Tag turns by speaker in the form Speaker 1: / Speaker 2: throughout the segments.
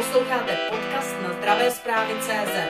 Speaker 1: Posloucháte podcast na zdravésprávy.cz.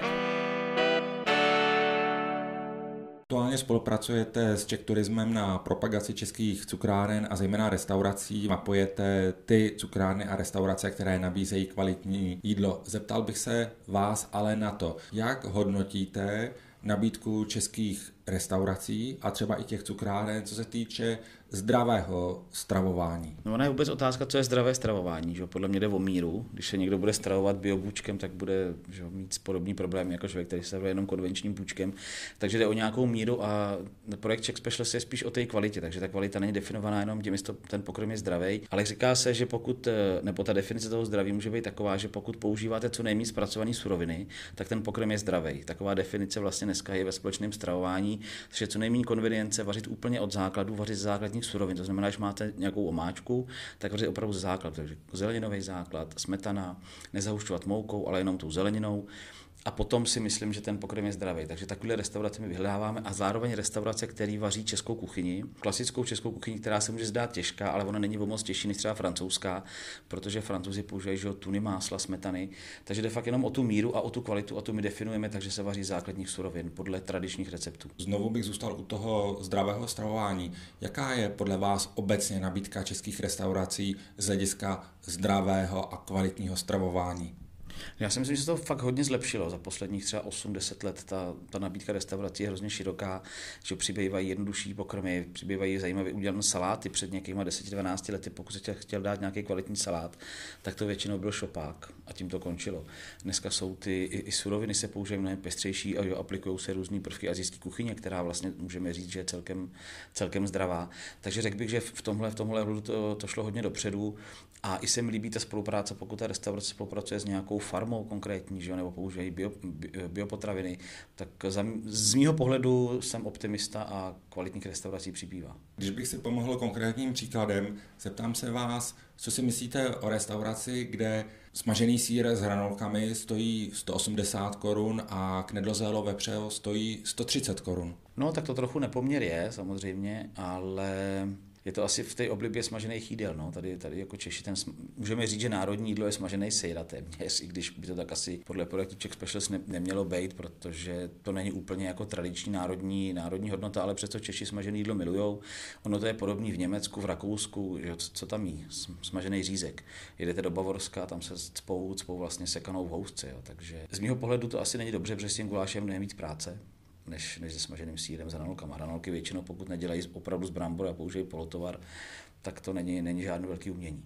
Speaker 2: Aktuálně spolupracujete s Czech Tourismem na propagaci českých cukráren a zejména restaurací. Mapujete ty cukrárny a restaurace, které nabízejí kvalitní jídlo. Zeptal bych se vás ale na to, jak hodnotíte nabídku českých restaurací a třeba i těch cukráren, co se týče zdravého stravování.
Speaker 3: No ona je vůbec otázka, co je zdravé stravování. Že? Podle mě jde o míru. Když se někdo bude stravovat biobůčkem, tak bude mít podobný problém jako člověk, který se stravuje jenom konvenčním bůčkem. Takže jde o nějakou míru a projekt Czech Specials je spíš o té kvalitě, takže ta kvalita není definovaná jenom tím, jestli ten pokrm je zdravý. Ale říká se, že pokud, nebo ta definice toho zdraví může být taková, že pokud používáte co nejméně zpracované suroviny, tak ten pokrm je zdravý. Taková definice vlastně dneska je ve společném stravování, že co nejméně konvenience vařit úplně od základu, vařit ze základních surovin. To znamená, že máte nějakou omáčku, tak vařit opravdu ze základu. Takže zeleninový základ, smetana, nezahušťovat moukou, ale jenom tou zeleninou. A potom si myslím, že ten pokrm je zdravý. Takže takové restaurace my vyhledáváme a zároveň restaurace, které vaří českou kuchyni, klasickou českou kuchyni, která se může zdát těžká, ale ona není o moc těžší než třeba francouzská, protože Francouzi používají tuny, másla, smetany. Takže jde fakt jenom o tu míru a o tu kvalitu a tu my definujeme, takže se vaří základních surovin podle tradičních receptů.
Speaker 2: Znovu bych zůstal u toho zdravého stravování. Jaká je podle vás obecně nabídka českých restaurací z hlediska zdravého a kvalitního stravování?
Speaker 3: Já si myslím, že se to fakt hodně zlepšilo za posledních třeba 8-10 let. Ta nabídka restaurací je hrozně široká, že přibývají jednodušší pokrmy, přibývají zajímavě udělané saláty před nějakýma 10-12 lety. Pokud se chtěl dát nějaký kvalitní salát, tak to většinou byl šopák a tím to končilo. Dneska jsou i suroviny se používají mnohem pestřejší a aplikují se různý prvky asijské kuchyně, která vlastně můžeme říct, že je celkem zdravá. Takže řekl bych, že v tomhle hledu to šlo hodně dopředu a i se mi líbí ta spolupráce, pokud ta restaurace spolupracuje s nějakou farmou konkrétní, že jo, nebo používají biopotraviny, tak z mýho pohledu jsem optimista a kvalitních restaurací přibývá.
Speaker 2: Když bych si pomohl konkrétním příkladem, zeptám se vás, co si myslíte o restauraci, kde smažený sýr s hranolkami stojí 180 korun a knedlozélo vepřeho stojí 130 korun.
Speaker 3: No tak to trochu nepoměr je samozřejmě, ale je to asi v té oblibě smažených jídel. No. Tady jako Češi můžeme říct, že národní jídlo je smažený sejr a téměř, i když by to tak asi podle projektu Czech Specials nemělo být, protože to není úplně jako tradiční národní hodnota, ale přesto Češi smažené jídlo milujou. Ono to je podobný v Německu, v Rakousku, že co tam jí? Smažený řízek. Jedete do Bavorska, tam se cpou vlastně sekanou v housce. Jo. Takže z mého pohledu to asi není dobře, protože s tím gulášem nemá víc práce než se smaženým sýrem s hranolkama. Hranolky většinou, pokud nedělají opravdu z brambor a použijí polotovar, tak to není žádné velké umění.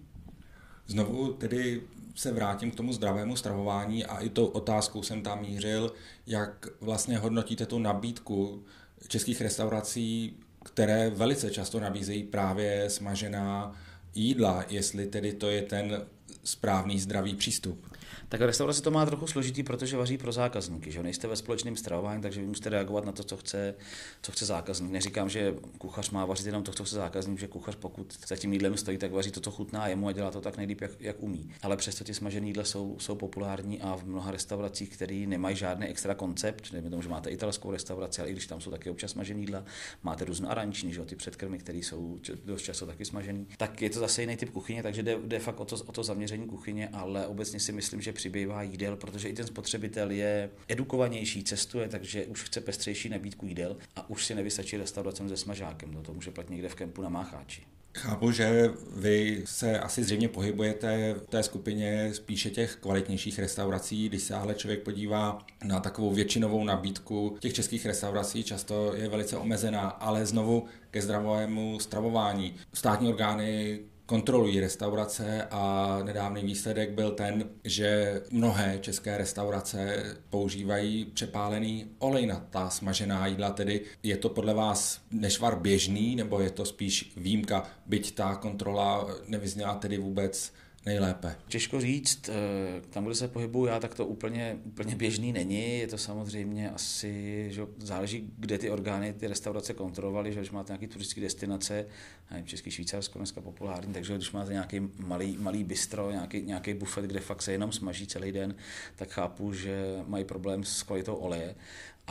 Speaker 2: Znovu tedy se vrátím k tomu zdravému stravování a i tou otázkou jsem tam mířil, jak vlastně hodnotíte tu nabídku českých restaurací, které velice často nabízejí právě smažená jídla, jestli tedy to je ten správný zdravý přístup.
Speaker 3: Tak restaurace to má trochu složitý, protože vaří pro zákazníky, že nejste ve společném stravování, takže vy musíte reagovat na to, co chce zákazník. Neříkám, že kuchař má vařit jenom to, co chce zákazník, že kuchař, pokud za tím jídlem stojí, tak vaří to, co chutná jemu a dělá to tak nejlíp, jak umí. Ale přesto ty smažené jídla jsou populární a v mnoha restauracích, které nemají žádný extra koncept, dejme tomu, že máte italskou restauraci, ale i když tam jsou taky občas smažené jídla, máte různé arančiny, že ty předkrmy, které jsou dost často taky smažené, tak je to zase jiný typ kuchyně, takže jde fakt o to zaměření kuchyně, ale obecně si myslím, že přibývá jídel, protože i ten spotřebitel je edukovanější, cestuje, takže už chce pestřejší nabídku jídel a už si nevystačí restauracem se smažákem. To může platit někde v kempu na Mácháči.
Speaker 2: Chápu, že vy se asi zřejmě pohybujete v té skupině spíše těch kvalitnějších restaurací. Když se ale člověk podívá na takovou většinovou nabídku těch českých restaurací, často je velice omezená, ale znovu ke zdravému stravování. Státní orgány kontrolují restaurace a nedávný výsledek byl ten, že mnohé české restaurace používají přepálený olej na ta smažená jídla, tedy je to podle vás nešvar běžný, nebo je to spíš výjimka, byť ta kontrola nevyzněla tedy vůbec nejlépe?
Speaker 3: Těžko říct, tam, kde se pohybuju já, tak to úplně běžný není. Je to samozřejmě asi, že záleží, kde ty orgány, ty restaurace kontrolovaly, že když máte nějaké turistické destinace, nevím, Český Švýcarsko dneska populární, takže když máte nějaký malý bistro, nějaký bufet, kde fakt se jenom smaží celý den, tak chápu, že mají problém s kvalitou oleje.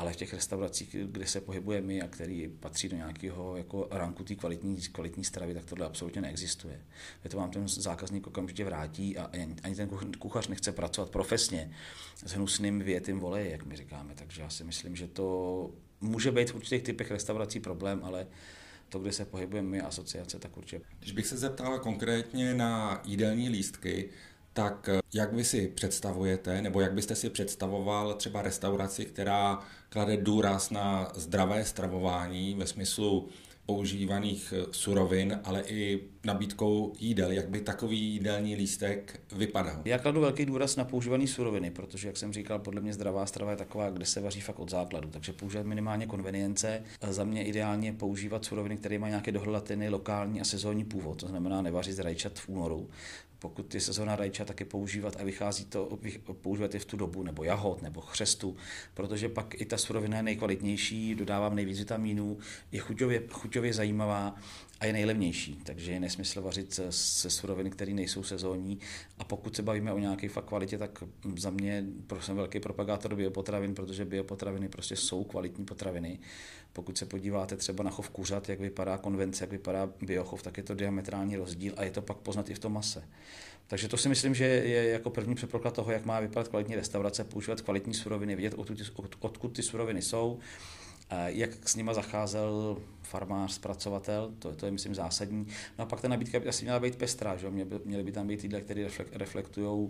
Speaker 3: ale v těch restauracích, kde se pohybujeme my a který patří do nějakého jako ranku té kvalitní stravy, tak tohle absolutně neexistuje. To vám ten zákazník okamžitě vrátí a ani ten kuchař nechce pracovat profesně s hnusným vyjetým volejem, jak my říkáme. Takže já si myslím, že to může být v určitých typech restaurací problém, ale to, kde se pohybujeme my asociace, tak určitě.
Speaker 2: Když bych se zeptal konkrétně na jídelní lístky, tak jak vy si představujete, nebo jak byste si představoval třeba restauraci, která klade důraz na zdravé stravování ve smyslu používaných surovin, ale i nabídkou jídel. Jak by takový jídelní lístek vypadal?
Speaker 3: Já kladu velký důraz na používané suroviny, protože, jak jsem říkal, podle mě zdravá strava je taková, kde se vaří fakt od základu. Takže používat minimálně konvenience. Za mě ideálně používat suroviny, které mají nějaké dohledatelný lokální a sezónní původ. To znamená nevařit rajčat v únoru. Pokud je sezóna rajčat, tak je používat a používat je v tu dobu, nebo jahod, nebo chřestu, protože pak i ta surovina je nejkvalitnější, dodávám nejvíc vitamínů, je chuťově zajímavá a je nejlevnější, takže je nesmysl vařit se suroviny, které nejsou sezónní. A pokud se bavíme o nějaké fakt kvalitě, tak za mě jsem velký propagátor biopotravin, protože biopotraviny prostě jsou kvalitní potraviny. Pokud se podíváte třeba na chov kuřat, jak vypadá konvence, jak vypadá biochov, tak je to diametrální rozdíl a je to pak poznat i v tom mase. Takže to si myslím, že je jako první předpoklad toho, jak má vypadat kvalitní restaurace, používat kvalitní suroviny, vědět, odkud ty suroviny jsou, jak s nima zacházel farmář, zpracovatel, to je, myslím, zásadní. No a pak ta nabídka by asi měla být pestrá, že? Měly by tam být jídla, které reflektují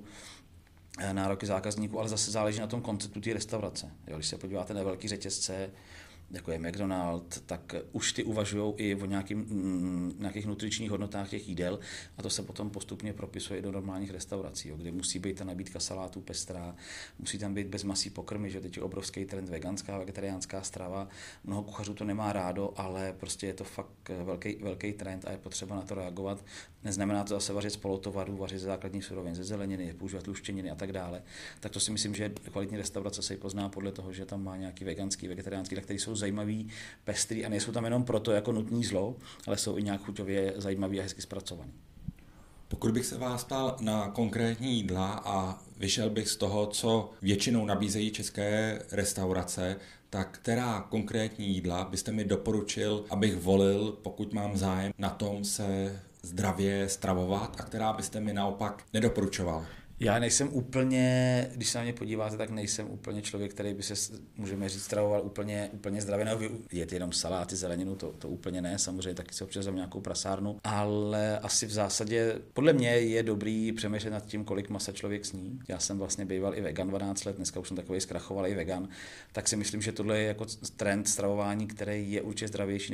Speaker 3: nároky zákazníků, ale zase záleží na tom konceptu té restaurace. Jo, když se podíváte na velký řetězce, jako je McDonald's, tak už ty uvažují i o nějakých nutričních hodnotách těch jídel a to se potom postupně propisuje i do normálních restaurací, jo, kde musí být ta nabídka salátů pestrá, musí tam být bez masí pokrmy, že teď je obrovský trend veganská, vegetariánská strava. Mnoho kuchařů to nemá rádo, ale prostě je to fakt velký trend a je potřeba na to reagovat. Neznamená to zase vařit z polotovarů, vařit ze základních surovin, ze zeleniny, používat luštěniny a tak dále. Tak to si myslím, že kvalitní restaurace se pozná podle toho, že tam má nějaký veganský, vegetariánský, které jsou zajímavý, pestrý a nejsou tam jenom proto jako nutný zlo, ale jsou i nějak chuťově zajímavý a hezky zpracovaný.
Speaker 2: Pokud bych se vás ptal na konkrétní jídla a vyšel bych z toho, co většinou nabízejí české restaurace, tak která konkrétní jídla byste mi doporučil, abych volil, pokud mám zájem na tom se zdravě stravovat, a která byste mi naopak nedoporučoval?
Speaker 3: Já nejsem úplně, když se na mě podíváte, tak nejsem úplně člověk, který by se, můžeme říct, stravoval úplně zdravě, nebo jet jenom saláty, zeleninu, to úplně ne, samozřejmě taky se občas nějakou prasárnu, ale asi v zásadě, podle mě je dobrý přemýšlet nad tím, kolik masa člověk sní. Já jsem vlastně býval i vegan 12 let, dneska už jsem takový zkrachovalý vegan, tak si myslím, že tohle je jako trend stravování, který je určitě zdravější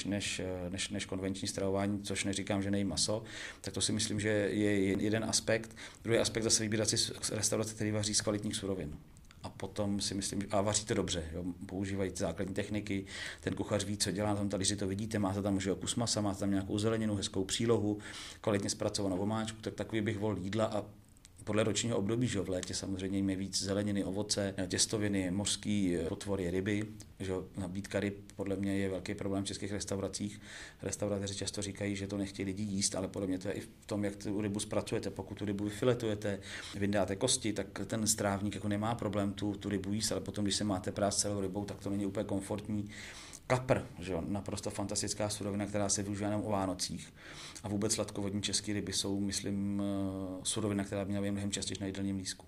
Speaker 3: než konvenční stravování, což neříkám, že nejí maso, tak to si myslím, že je jeden aspekt. Druhý aspekt zase vybírat si restaurace, které vaří z kvalitních surovin. A potom si myslím, a vaří to dobře, jo, používají základní techniky, ten kuchař ví, co dělá, na tom talíři to vidíte, máte tam už kus masa, máte tam nějakou zeleninu, hezkou přílohu, kvalitně zpracovanou omáčku, tak takový bych volil jídla a podle ročního období, že v létě samozřejmě jíme víc zeleniny, ovoce, těstoviny, mořský potvory, ryby. Že nabídka ryb podle mě je velký problém v českých restauracích. Restauratéři často říkají, že to nechtějí lidi jíst, ale podle mě to je i v tom, jak tu rybu zpracujete. Pokud tu rybu vyfiletujete, vyndáte kosti, tak ten strávník jako nemá problém tu rybu jíst, ale potom, když se máte prát celou rybou, tak to není úplně komfortní. Kapr, že jo, naprosto fantastická surovina, která se využívá jenom o Vánocích. A vůbec sladkovodní české ryby jsou, myslím, surovina, která by měla být mnohem častěji na jídelním lístku.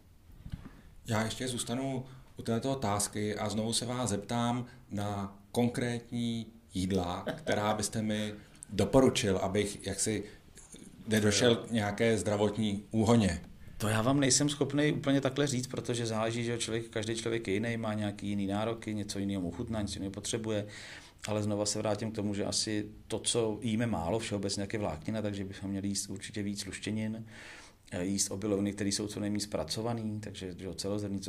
Speaker 2: Já ještě zůstanu u této otázky a znovu se vás zeptám na konkrétní jídla, která byste mi doporučil, abych jaksi nedošel k nějaké zdravotní úhoně.
Speaker 3: To já vám nejsem schopný úplně takhle říct, protože záleží, že každý člověk je jiný, má nějaký jiný nároky, něco jiného mu chutná, něco jiného potřebuje, ale znova se vrátím k tomu, že asi to, co jíme málo, všeobecně jak je vláknina, takže bychom měli jíst určitě víc luštěnin, jíst obiloviny, které jsou co nejméně zpracované, takže že celozrnný,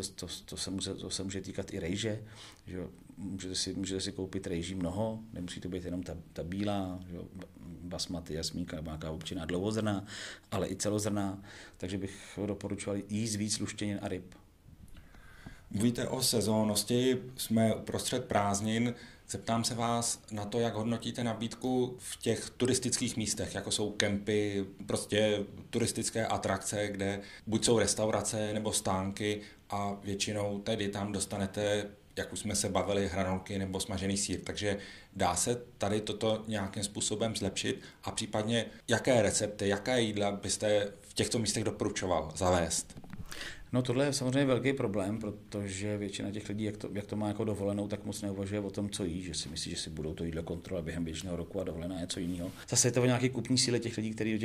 Speaker 3: to se může týkat i rejže, že můžete si koupit rejží mnoho, nemusí to být jenom ta bílá, že basmati, jasmínka nebo nějaká občená dlouhozrná, ale i celozrná, takže bych doporučoval jíst víc luštěnin a ryb.
Speaker 2: Mluvíte o sezónnosti, jsme uprostřed prázdnin. Zeptám se vás na to, jak hodnotíte nabídku v těch turistických místech, jako jsou kempy, prostě turistické atrakce, kde buď jsou restaurace nebo stánky a většinou tedy tam dostanete, jak už jsme se bavili, hranolky nebo smažený sýr. Takže dá se tady toto nějakým způsobem zlepšit a případně jaké recepty, jaké jídla byste v těchto místech doporučoval zavést?
Speaker 3: No tohle je samozřejmě velký problém, protože většina těch lidí, jak to má jako dovolenou, tak moc neuvažuje o tom, co jí, že si myslí, že si budou to jídlo kontrolovat během běžného roku a dovolená je něco jiného. Zase je to o nějaké kupní síle těch lidí, kteří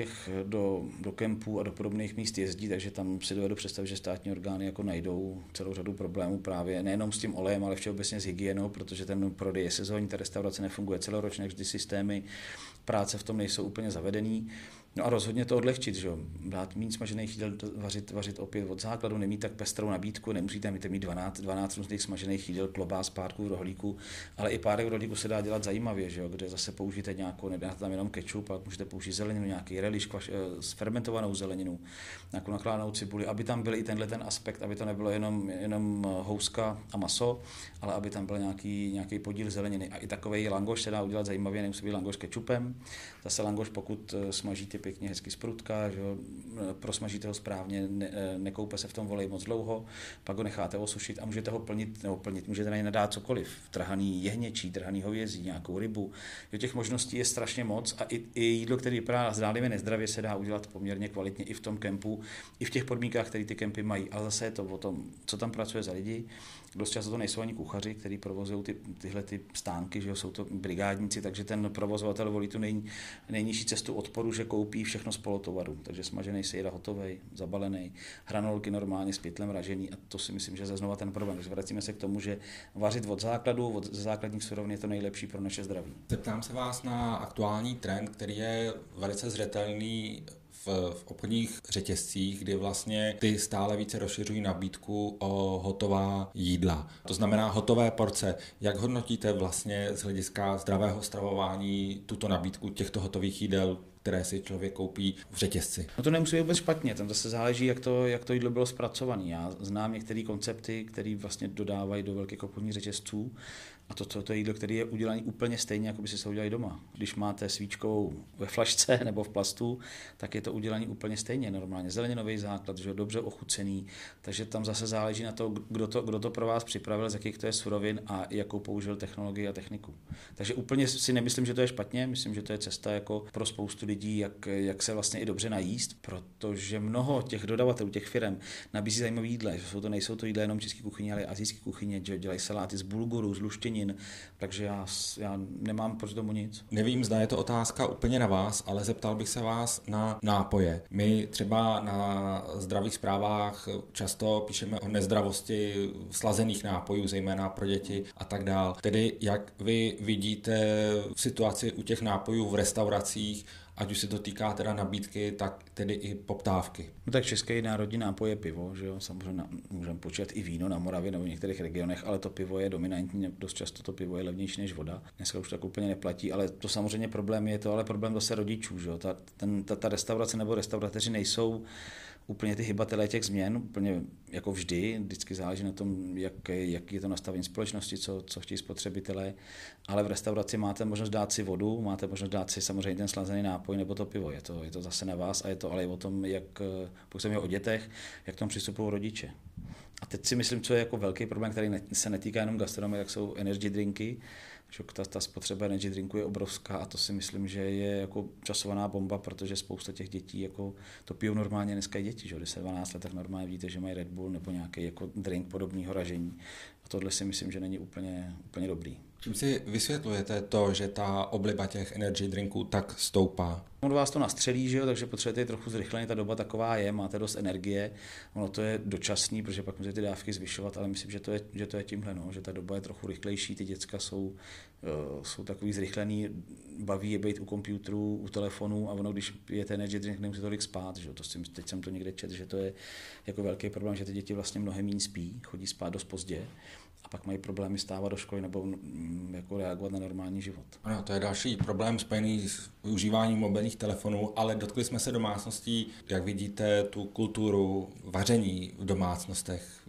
Speaker 3: do kempů a do podobných míst jezdí, takže tam si dovedu představit, že státní orgány jako najdou celou řadu problémů právě nejenom s tím olejem, ale všeobecně s hygienou, protože ten prodej je sezónní, ta restaurace nefunguje celoročně, vždy systémy práce v tom nejsou úplně zavedený. No a rozhodně to odlehčit, že jo, dát méně smažených jídel, vařit opět od základu, nemít tak pestrou nabídku, nemusíte mít 12 různých smažených jídel, klobás, párků, rohlíků, ale i párek rohlíků se dá dělat zajímavě, že jo, kde zase použijete nějakou, nedáte tam jenom kečup, ale můžete použít zeleninu, nějaký reliš, s fermentovanou zeleninu, nějakou nakládanou cibuli, aby tam byl i ten aspekt, aby to nebylo jenom houska a maso, ale aby tam byl nějaký podíl zeleniny. A i takovej langoš se dá udělat zajímavě, nemusí být langoš s kečupem. Zase langoš, pokud smažíte pěkně hezky z prutka, že jo, prosmažíte ho správně, nekoupe se v tom voleji moc dlouho, pak ho necháte osušit a můžete ho plnit, můžete na něj nadát cokoliv, trhaný jehněčí, trhaný hovězí, nějakou rybu. Jo, těch možností je strašně moc a i jídlo, které vypadá zdánlivě nezdravě, se dá udělat poměrně kvalitně i v tom kempu, i v těch podmínkách, které ty kempy mají, ale zase je to o tom, co tam pracuje za lidi. Dost často to nejsou ani kuchaři, kteří provozují tyhle stánky, že jo, jsou to brigádníci, takže ten provozovatel volí tu nejnižší cestu odporu, že koupí všechno z polotovaru, takže smažený sýr hotovej, zabalený, hranolky normálně s pytlem ražený a to si myslím, že je znova ten problém. Takže vracíme se k tomu, že vařit od základu, ze základních surovin je to nejlepší pro naše zdraví.
Speaker 2: Zeptám se vás na aktuální trend, který je velice zřetelný v obchodních řetězcích, kdy vlastně ty stále více rozšiřují nabídku o hotová jídla. To znamená hotové porce. Jak hodnotíte vlastně z hlediska zdravého stravování tuto nabídku těchto hotových jídel, které si člověk koupí v řetězci?
Speaker 3: No to nemusí být vůbec špatně, tam zase záleží, jak to jídlo bylo zpracované. Já znám některé koncepty, které vlastně dodávají do velkých obchodních řetězců a to je jídlo, které je udělané úplně stejně, jako by si se udělali doma. Když máte svíčkou ve flašce nebo v plastu, tak je to udělané úplně stejně, normálně zeleninový základ, že dobře ochucený, takže tam zase záleží na to, kdo to pro vás připravil, z jakých to je surovin a jakou použil technologii a techniku. Takže úplně si nemyslím, že to je špatně, myslím, že to je cesta jako pro spoustu lidí, jak se vlastně i dobře najíst, protože mnoho těch dodavatelů, těch firm nabízí zajímavé jídla, že nejsou to jídla jenom české kuchyně, ale i asijské kuchyně, že dělají saláty z bulguru, z luštěnin, takže já nemám proti tomu nic.
Speaker 2: Nevím, zda je to otázka úplně na vás, ale zeptal bych se vás na nápoje. My třeba na zdravých zprávách často píšeme o nezdravosti slazených nápojů, zejména pro děti a tak dál. Tedy jak vy vidíte situaci u těch nápojů v restauracích, ať už se to týká teda nabídky, tak tedy i poptávky.
Speaker 3: No tak český národní nápoj je pivo, že jo, samozřejmě můžeme počítat i víno na Moravě nebo v některých regionech, ale to pivo je dominantní, dost často to pivo je levnější než voda. Dneska už tak úplně neplatí, ale to samozřejmě problém je to, ale problém zase rodičů, že jo, ta restaurace nebo restauratéři nejsou úplně ty hybatelé těch změn, úplně jako vždycky záleží na tom, jak je to nastavení společnosti, co chtějí spotřebitelé, ale v restauraci máte možnost dát si vodu, máte možnost dát si samozřejmě ten slazený nápoj nebo to pivo, je to zase na vás a je to ale i o tom, pokud jsem o dětech, jak tomu přistupují rodiče. A teď si myslím, co je jako velký problém, který se netýká jenom gastronomie, jak jsou energy drinky, že ta spotřeba energy drinku je obrovská a to si myslím, že je jako časovaná bomba, protože spousta těch dětí jako to pijou normálně dneska i děti, že 10-12 let, tak normálně vidíte, že mají Red Bull nebo nějaký jako drink podobného ražení. A tohle si myslím, že není úplně dobrý.
Speaker 2: Čím si vysvětlujete to, že ta obliba těch energy drinků tak stoupá?
Speaker 3: Od vás to nastřelí, že jo, takže potřebujete trochu zrychleně, ta doba taková je, máte dost energie, ono to je dočasný, protože pak můžete ty dávky zvyšovat, ale myslím, že to je tímhle, no, že ta doba je trochu rychlejší, ty děcka jsou takový zrychlený, baví je být u počítačů, u telefonů a ono, když pijete energy drink, nemusíte tolik spát, že jo, teď jsem to někde četl, že to je jako velký problém, že ty děti vlastně mnohem méně spí, chodí spát dost pozdě. A pak mají problémy stávat do školy nebo jako reagovat na normální život.
Speaker 2: Ano, to je další problém spojený s využíváním mobilních telefonů, ale dotkli jsme se domácností, jak vidíte, tu kulturu vaření v domácnostech.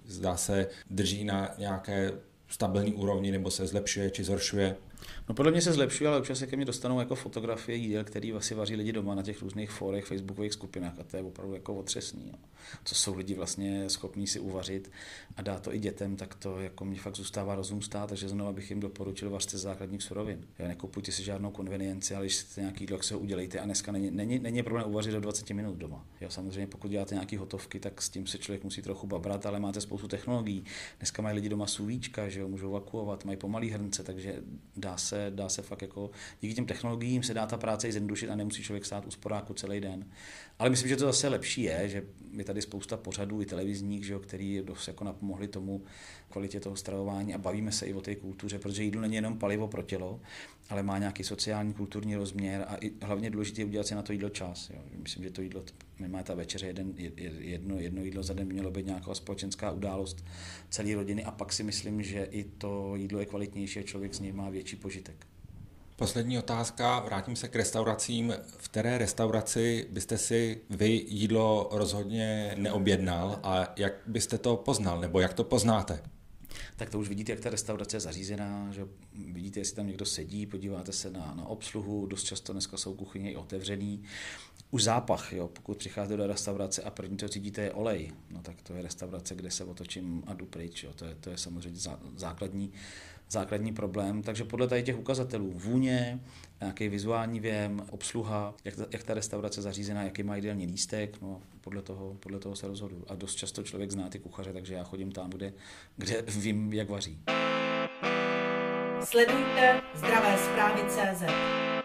Speaker 2: Zdá se, drží na nějaké stabilní úrovni, nebo se zlepšuje či zhoršuje?
Speaker 3: No podle mě se zlepšuje, ale občas se ke mně dostanou jako fotografie jídel, který vlastně vaří lidi doma na těch různých fórech, facebookových skupinách, a to je opravdu jako otřesný. Jo. Co jsou lidi vlastně schopní si uvařit a dát to i dětem, tak to jako mě fakt zůstává rozum stát, takže znovu bych jim doporučil vařte z základních surovin. Jo, nekupujte si žádnou konvenienci, ale když chcete nějaký jídlo, tak se ho udělejte a dneska není problém uvařit do 20 minut doma. Jo, samozřejmě pokud děláte nějaký hotovky, tak s tím se člověk musí trochu babrat, ale máte spoustu technologií. Dneska mají lidi doma sous-víčka, že jo, můžou vakuovat, mají pomalý hrnce, takže dá se fakt jako díky těm technologiím se dá ta práce i zjednodušit a nemusí člověk stát u sporáku celý den. Ale myslím, že to zase lepší je, že je tady spousta pořadů i televizních, že jo, který dost jako napomohli tomu kvalitě toho stravování a bavíme se i o té kultuře, protože jídlo není jenom palivo pro tělo, ale má nějaký sociální, kulturní rozměr a i hlavně důležité je udělat si na to jídlo čas. Jo. Myslím, že to jídlo, minimálně ta večeře, jedno jídlo za den mělo být nějaká společenská událost celé rodiny a pak si myslím, že i to jídlo je kvalitnější a člověk z něj má větší požitek.
Speaker 2: Poslední otázka, vrátím se k restauracím. V které restauraci byste si vy jídlo rozhodně neobjednal a jak byste to poznal, nebo jak to poznáte?
Speaker 3: Tak to už vidíte, jak ta restaurace je zařízená, že vidíte, jestli tam někdo sedí, podíváte se na obsluhu, dost často dneska jsou kuchyně i otevřený. Už zápach, jo, pokud přicházíte do restaurace a první to cítíte je olej, no tak to je restaurace, kde se otočím a jdu pryč, jo, to je samozřejmě základní problém, takže podle tady těch ukazatelů vůně, nějaký vizuální věm, obsluha, jak ta restaurace zařízená, jaký má jídelní lístek, no podle toho se rozhodu. A dost často člověk zná ty kuchaře, takže já chodím tam, kde vím, jak vaří.
Speaker 1: Sledujte Zdravé zprávy.cz.